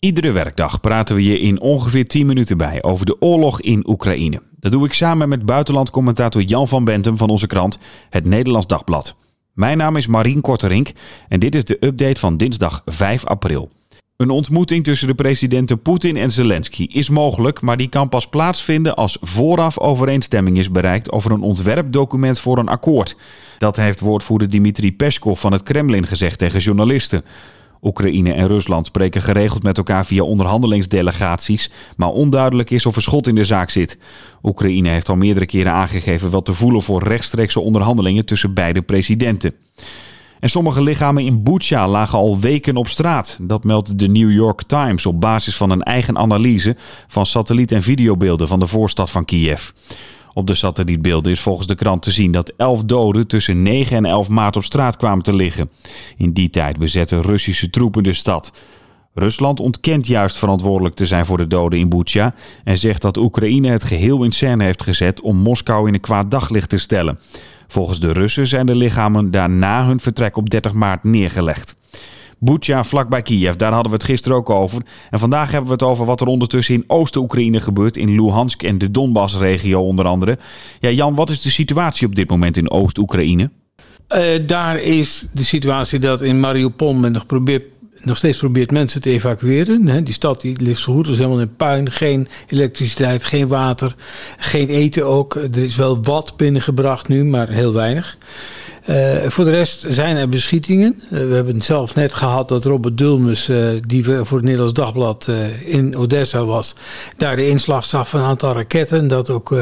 Iedere werkdag praten we je in ongeveer 10 minuten bij over de oorlog in Oekraïne. Dat doe ik samen met buitenlandcommentator Jan van Bentum van onze krant, Het Nederlands Dagblad. Mijn naam is Marien Korterink en dit is de update van dinsdag 5 april. Een ontmoeting tussen de presidenten Poetin en Zelensky is mogelijk, maar die kan pas plaatsvinden als vooraf overeenstemming is bereikt over een ontwerpdocument voor een akkoord. Dat heeft woordvoerder Dmitri Peskov van het Kremlin gezegd tegen journalisten. Oekraïne en Rusland spreken geregeld met elkaar via onderhandelingsdelegaties, maar onduidelijk is of er schot in de zaak zit. Oekraïne heeft al meerdere keren aangegeven wel te voelen voor rechtstreekse onderhandelingen tussen beide presidenten. En sommige lichamen in Bucha lagen al weken op straat. Dat meldt de New York Times op basis van een eigen analyse van satelliet- en videobeelden van de voorstad van Kiev. Op de satellietbeelden is volgens de krant te zien dat 11 doden tussen 9 en 11 maart op straat kwamen te liggen. In die tijd bezetten Russische troepen de stad. Rusland ontkent juist verantwoordelijk te zijn voor de doden in Bucha en zegt dat Oekraïne het geheel in scène heeft gezet om Moskou in een kwaad daglicht te stellen. Volgens de Russen zijn de lichamen daarna hun vertrek op 30 maart neergelegd. Bucha, vlakbij Kiev, daar hadden we het gisteren ook over. En vandaag hebben we het over wat er ondertussen in Oost-Oekraïne gebeurt, in Luhansk en de Donbass-regio onder andere. Ja, Jan, wat is de situatie op dit moment in Oost-Oekraïne? Daar is de situatie dat in Mariupol men nog steeds probeert mensen te evacueren. Die stad die ligt zo goed als helemaal in puin. Geen elektriciteit, geen water, geen eten ook. Er is wel wat binnengebracht nu, maar heel weinig. Voor de rest zijn er beschietingen. We hebben zelf net gehad dat Robert Dulmes, die voor het Nederlands Dagblad in Odessa was, daar de inslag zag van een aantal raketten. Dat ook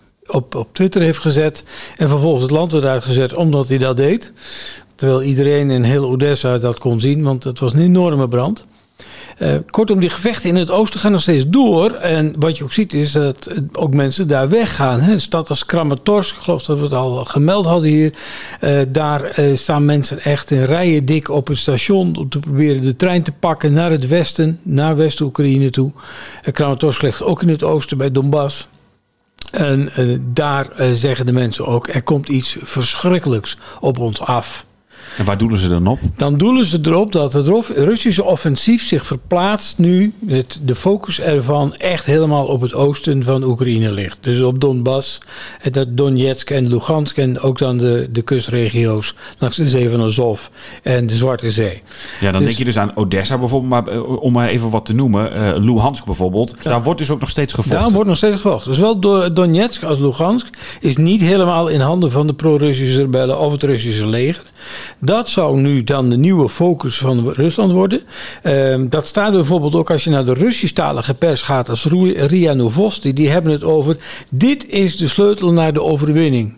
op Twitter heeft gezet. En vervolgens het land werd uitgezet omdat hij dat deed. Terwijl iedereen in heel Odessa dat kon zien, want het was een enorme brand. Kortom, die gevechten in het oosten gaan nog steeds door. En wat je ook ziet is dat ook mensen daar weggaan. Een stad als Kramatorsk, ik geloof dat we het al gemeld hadden hier. Daar staan mensen echt in rijen dik op het station om te proberen de trein te pakken naar het westen, naar West-Oekraïne toe. Kramatorsk ligt ook in het oosten bij Donbass. En daar zeggen de mensen ook, er komt iets verschrikkelijks op ons af. En waar doelen ze dan op? Dan doelen ze erop dat het Russische offensief zich verplaatst nu. De focus ervan echt helemaal op het oosten van Oekraïne ligt. Dus op Donbass, Donetsk en Luhansk en ook dan de kustregio's langs de Zee van Azov en de Zwarte Zee. Ja, dan denk je dus aan Odessa bijvoorbeeld, maar om maar even wat te noemen. Luhansk bijvoorbeeld, ja. Daar wordt dus ook nog steeds gevochten. Daar wordt nog steeds gevochten. Dus wel Donetsk als Luhansk is niet helemaal in handen van de pro-Russische rebellen of het Russische leger. Dat zou nu dan de nieuwe focus van Rusland worden. Dat staat bijvoorbeeld ook als je naar de Russisch-talige pers gaat als RIA Novosti. Die hebben het over, dit is de sleutel naar de overwinning.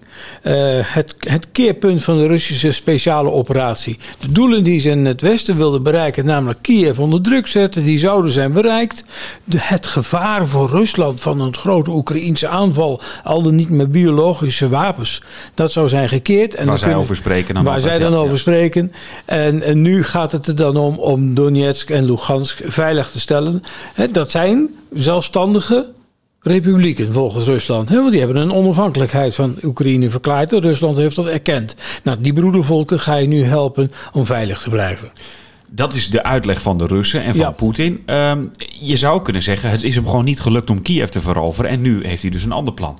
Het keerpunt van de Russische speciale operatie. De doelen die ze in het westen wilden bereiken, namelijk Kiev onder druk zetten, die zouden zijn bereikt. Het gevaar voor Rusland van een grote Oekraïense aanval, al dan niet met biologische wapens, dat zou zijn gekeerd. En waar zij over spreken dan. Waar zij dan over spreken. En nu gaat het er dan om Donetsk en Luhansk veilig te stellen. Dat zijn zelfstandige republieken volgens Rusland. Want die hebben een onafhankelijkheid van Oekraïne verklaard. Rusland heeft dat erkend. Nou, die broedervolken ga je nu helpen om veilig te blijven. Dat is de uitleg van de Russen en van Poetin. Je zou kunnen zeggen, het is hem gewoon niet gelukt om Kiev te veroveren. En nu heeft hij dus een ander plan.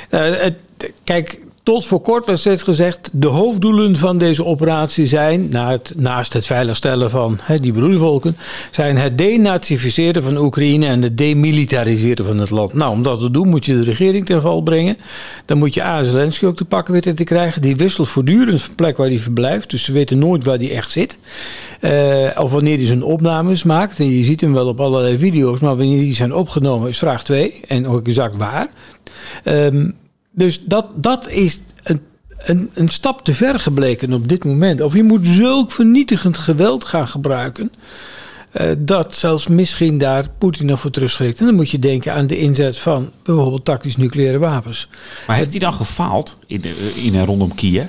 Kijk, tot voor kort werd steeds gezegd, de hoofddoelen van deze operatie zijn, naast het veiligstellen van die broedervolken, zijn het denazificeren van Oekraïne en het demilitariseren van het land. Nou, om dat te doen moet je de regering ten val brengen. Dan moet je Zelensky ook te pakken weten te krijgen. Die wisselt voortdurend van plek waar hij verblijft, dus ze weten nooit waar hij echt zit. Of wanneer hij zijn opnames maakt. En je ziet hem wel op allerlei video's, maar wanneer die zijn opgenomen is vraag 2. En ook exact waar. Dus dat is een stap te ver gebleken op dit moment. Of je moet zulk vernietigend geweld gaan gebruiken, dat zelfs misschien daar Poetin nog voor terugschrikt. En dan moet je denken aan de inzet van bijvoorbeeld tactisch nucleaire wapens. Maar heeft hij dan gefaald in en rondom Kiev?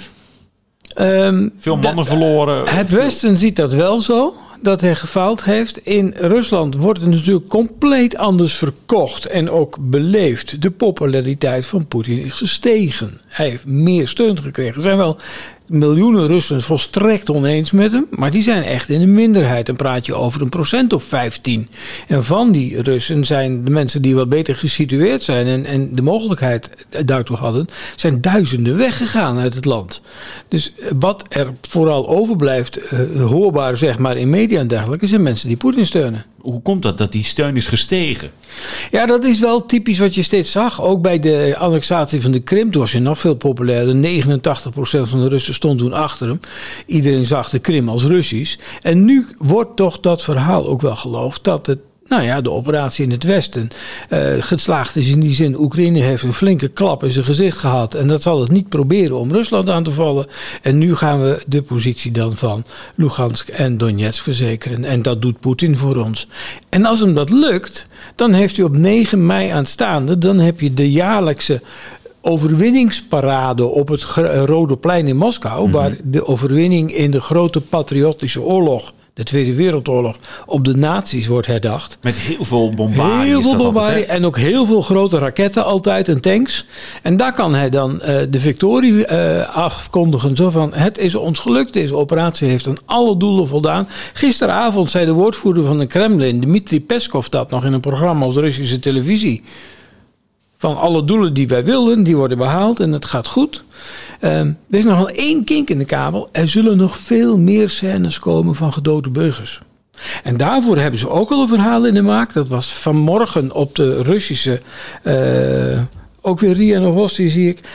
Veel mannen verloren? Het Westen ziet dat wel zo, dat hij gefaald heeft. In Rusland wordt het natuurlijk compleet anders verkocht en ook beleefd. De populariteit van Poetin is gestegen. Hij heeft meer steun gekregen. Er zijn wel miljoenen Russen volstrekt oneens met hem. Maar die zijn echt in de minderheid. Dan praat je over 1% of 15. En van die Russen zijn de mensen die wat beter gesitueerd zijn en de mogelijkheid daartoe hadden, zijn duizenden weggegaan uit het land. Dus wat er vooral overblijft, hoorbaar zeg maar in media en dergelijke, zijn mensen die Poetin steunen. Hoe komt dat die steun is gestegen? Ja, dat is wel typisch wat je steeds zag. Ook bij de annexatie van de Krim, toen was hij nog veel populairder. 89% van de Russen stond toen achter hem. Iedereen zag de Krim als Russisch. En nu wordt toch dat verhaal ook wel geloofd dat het, de operatie in het Westen geslaagd is in die zin. Oekraïne heeft een flinke klap in zijn gezicht gehad. En dat zal het niet proberen om Rusland aan te vallen. En nu gaan we de positie dan van Lugansk en Donetsk verzekeren. En dat doet Poetin voor ons. En als hem dat lukt, dan heeft u op 9 mei aanstaande, dan heb je de jaarlijkse overwinningsparade op het Rode Plein in Moskou, waar de overwinning in de grote patriotische oorlog, de Tweede Wereldoorlog, op de nazi's wordt herdacht. Met heel veel bombardie. Heel veel bombardie en ook heel veel grote raketten altijd en tanks. En daar kan hij dan de victorie afkondigen. Zo van, het is ons gelukt. Deze operatie heeft aan alle doelen voldaan. Gisteravond zei de woordvoerder van de Kremlin, Dmitri Peskov, dat nog in een programma op de Russische televisie. Van alle doelen die wij wilden, die worden behaald en het gaat goed. Er is nog wel 1 kink in de kabel. Er zullen nog veel meer scènes komen van gedode burgers. En daarvoor hebben ze ook al een verhaal in de maak. Dat was vanmorgen op de Russische, ook weer RIA Novosti zie ik,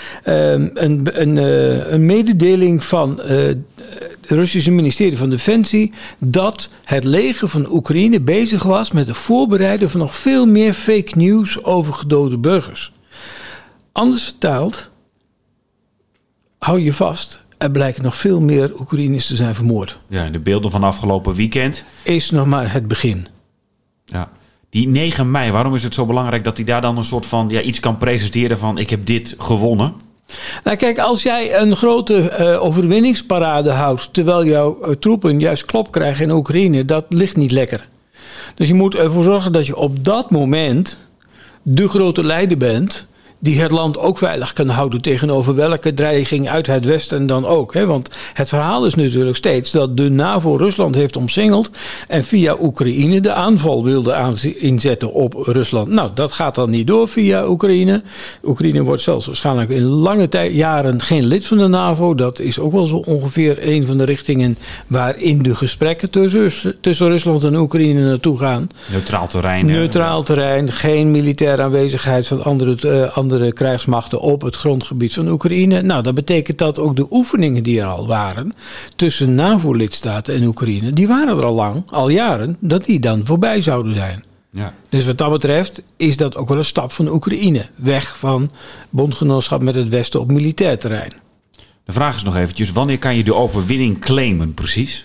een mededeling van het Russische ministerie van Defensie dat het leger van Oekraïne bezig was met het voorbereiden van nog veel meer fake news over gedode burgers. Anders vertaald, hou je vast, er blijken nog veel meer Oekraïners te zijn vermoord. Ja, de beelden van afgelopen weekend Is nog maar het begin. Ja. Die 9 mei, waarom is het zo belangrijk dat hij daar dan een soort van iets kan presenteren van ik heb dit gewonnen? Nou kijk, als jij een grote overwinningsparade houdt terwijl jouw troepen juist klop krijgen in Oekraïne, dat ligt niet lekker. Dus je moet ervoor zorgen dat je op dat moment de grote leider bent die het land ook veilig kan houden tegenover welke dreiging uit het Westen dan ook. Hè? Want het verhaal is natuurlijk steeds dat de NAVO Rusland heeft omsingeld en via Oekraïne de aanval wilde inzetten op Rusland. Nou, dat gaat dan niet door via Oekraïne. Oekraïne wordt zelfs waarschijnlijk in lange jaren geen lid van de NAVO. Dat is ook wel zo ongeveer een van de richtingen waarin de gesprekken tussen Rusland en Oekraïne naartoe gaan. Neutraal terrein. Neutraal terrein, geen militaire aanwezigheid van andere krijgsmachten op het grondgebied van Oekraïne. Nou, dat betekent dat ook de oefeningen die er al waren tussen NAVO-lidstaten en Oekraïne, die waren er al lang, al jaren, dat die dan voorbij zouden zijn. Ja. Dus wat dat betreft is dat ook wel een stap van Oekraïne. Weg van bondgenootschap met het Westen op militair terrein. De vraag is nog eventjes, wanneer kan je de overwinning claimen precies?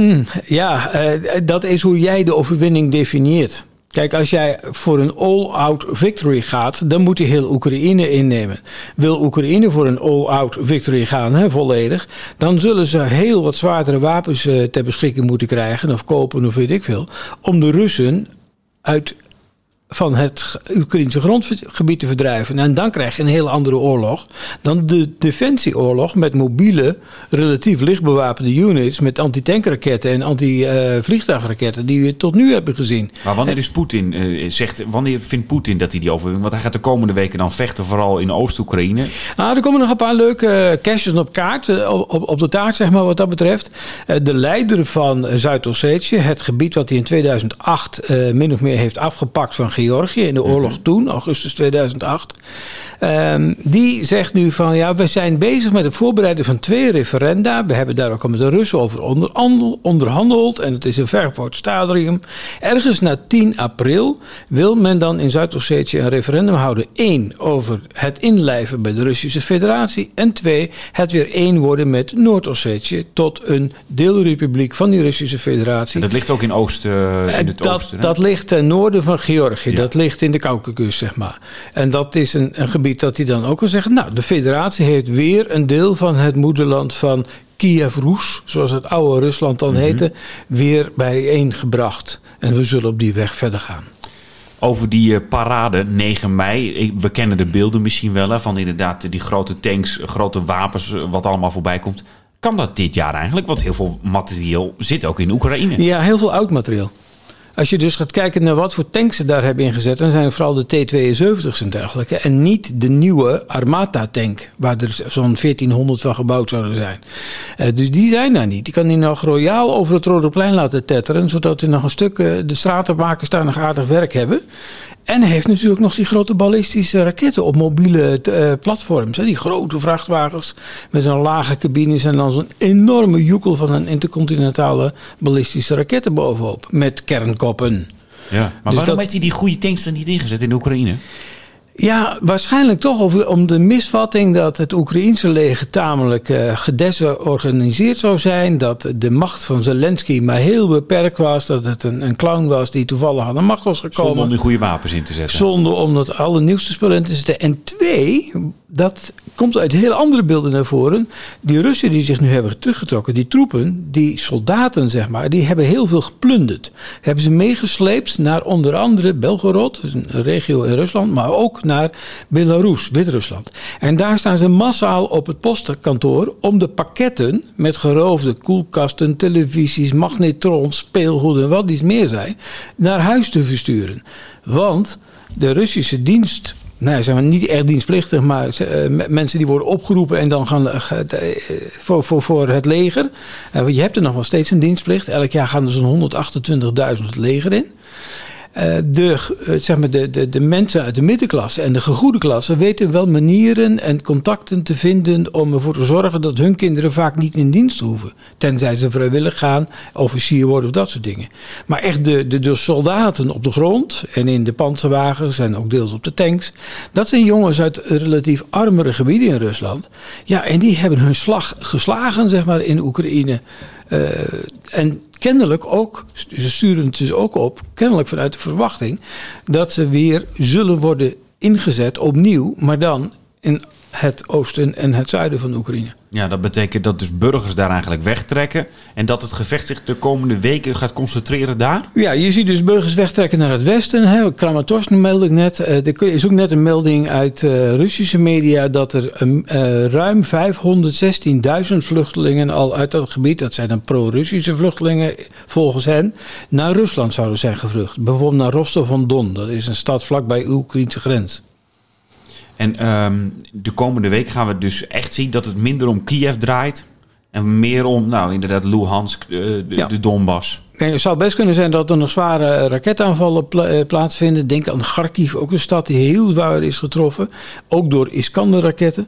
Dat is hoe jij de overwinning definieert. Kijk, als jij voor een all-out victory gaat, dan moet je heel Oekraïne innemen. Wil Oekraïne voor een all-out victory gaan, volledig, dan zullen ze heel wat zwaardere wapens ter beschikking moeten krijgen, of kopen of weet ik veel, om de Russen van het Oekraïnse grondgebied te verdrijven. En dan krijg je een heel andere oorlog dan de defensieoorlog met mobiele, relatief lichtbewapende units met antitankraketten en anti-vliegtuigraketten die we tot nu hebben gezien. Maar wanneer is Poetin, wanneer vindt Poetin dat hij die overwinning? Want hij gaat de komende weken dan vechten, vooral in Oost-Oekraïne. Nou, er komen nog een paar leuke caches op kaart, op de taart zeg maar wat dat betreft. De leider van Zuid-Ossetië, het gebied wat hij in 2008 min of meer heeft afgepakt van Georgië in de oorlog toen, augustus 2008. Die zegt nu van we zijn bezig met het voorbereiden van 2 referenda. We hebben daar ook al met de Russen over onderhandeld en het is een vervoerd stadium. Ergens na 10 april wil men dan in Zuid-Ossetië een referendum houden. 1 over het inlijven bij de Russische Federatie en 2 het weer één worden met Noord-Ossetië tot een deelrepubliek van die Russische Federatie. En dat ligt ook in het oosten. Dat ligt ten noorden van Georgië. Ja. Dat ligt in de Caucasus, zeg maar. En dat is een gebied dat hij dan ook wil zeggen, nou, de federatie heeft weer een deel van het moederland van Kiev-Rus, zoals het oude Rusland dan heette, weer bijeengebracht. En we zullen op die weg verder gaan. Over die parade 9 mei, we kennen de beelden misschien wel, van inderdaad die grote tanks, grote wapens, wat allemaal voorbij komt. kan dat dit jaar eigenlijk? Want heel veel materieel zit ook in Oekraïne. Ja, heel veel oud materieel. Als je dus gaat kijken naar wat voor tanks ze daar hebben ingezet, dan zijn het vooral de T-72's en dergelijke. En niet de nieuwe Armata-tank, waar er zo'n 1400 van gebouwd zouden zijn. Dus die zijn daar niet. Die kan hij nog royaal over het Rode laten tetteren, zodat hij nog een stuk, de stratenmakers daar nog aardig werk hebben. En hij heeft natuurlijk nog die grote ballistische raketten op mobiele platforms. Die grote vrachtwagens met een lage cabines en dan zo'n enorme joekel van een intercontinentale ballistische raketten bovenop. Met kernkoppen. Ja, maar dus waarom heeft hij die goede tanks er niet ingezet in Oekraïne? Ja, waarschijnlijk toch om de misvatting dat het Oekraïense leger tamelijk gedesorganiseerd zou zijn. Dat de macht van Zelensky maar heel beperkt was. Dat het een clown was die toevallig aan de macht was gekomen. Zonder om die goede wapens in te zetten. Zonder om dat allernieuwste spul in te zetten. En twee, dat komt uit heel andere beelden naar voren. Die Russen die zich nu hebben teruggetrokken, die troepen, die soldaten zeg maar, die hebben heel veel geplunderd. Hebben ze meegesleept naar onder andere Belgorod, een regio in Rusland, maar ook naar Belarus, Wit-Rusland. En daar staan ze massaal op het postkantoor om de pakketten met geroofde koelkasten, televisies, magnetrons, speelgoed en wat iets meer zijn, naar huis te versturen. Want de Russische dienst, nou, zijn niet echt dienstplichtig, maar mensen die worden opgeroepen en dan gaan voor het leger. Je hebt er nog wel steeds een dienstplicht. Elk jaar gaan er zo'n 128.000 het leger in. De mensen uit de middenklasse en de gegoede klasse weten wel manieren en contacten te vinden om ervoor te zorgen dat hun kinderen vaak niet in dienst hoeven. Tenzij ze vrijwillig gaan, officier worden of dat soort dingen. Maar echt de soldaten op de grond en in de panzerwagens en ook deels op de tanks. Dat zijn jongens uit relatief armere gebieden in Rusland. Ja, en die hebben hun slag geslagen zeg maar in Oekraïne. En kennelijk ook, ze sturen het dus ook op, kennelijk vanuit de verwachting dat ze weer zullen worden ingezet opnieuw, maar dan in het oosten en het zuiden van Oekraïne. Ja, dat betekent dat dus burgers daar eigenlijk wegtrekken en dat het gevecht zich de komende weken gaat concentreren daar? Ja, je ziet dus burgers wegtrekken naar het westen. Kramatorsk meldde ik net. Er is ook net een melding uit Russische media dat er ruim 516.000 vluchtelingen al uit dat gebied, dat zijn dan pro-Russische vluchtelingen volgens hen, naar Rusland zouden zijn gevlucht. Bijvoorbeeld naar Rostov-on-Don, dat is een stad vlakbij de Oekraïnse grens. En de komende week gaan we dus echt zien dat het minder om Kiev draait. En meer om, nou inderdaad, Luhansk, de Donbass. Nee, het zou best kunnen zijn dat er nog zware raketaanvallen plaatsvinden. Denk aan Kharkiv, ook een stad die heel zwaar is getroffen. Ook door Iskander-raketten.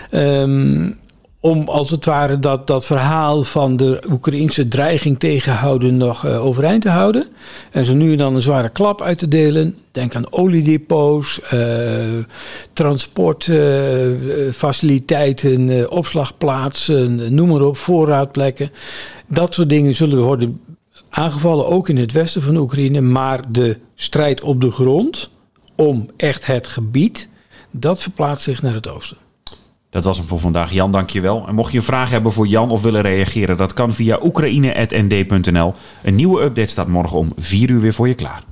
Om als het ware dat verhaal van de Oekraïnse dreiging tegenhouden nog overeind te houden. En zo nu en dan een zware klap uit te delen. Denk aan oliedepots, transportfaciliteiten, opslagplaatsen, noem maar op, voorraadplekken. Dat soort dingen zullen worden aangevallen, ook in het westen van Oekraïne. Maar de strijd op de grond om echt het gebied, dat verplaatst zich naar het oosten. Dat was hem voor vandaag. Jan, dank je wel. En mocht je een vraag hebben voor Jan of willen reageren, dat kan via oekraïne@nd.nl. Een nieuwe update staat morgen om 4 uur weer voor je klaar.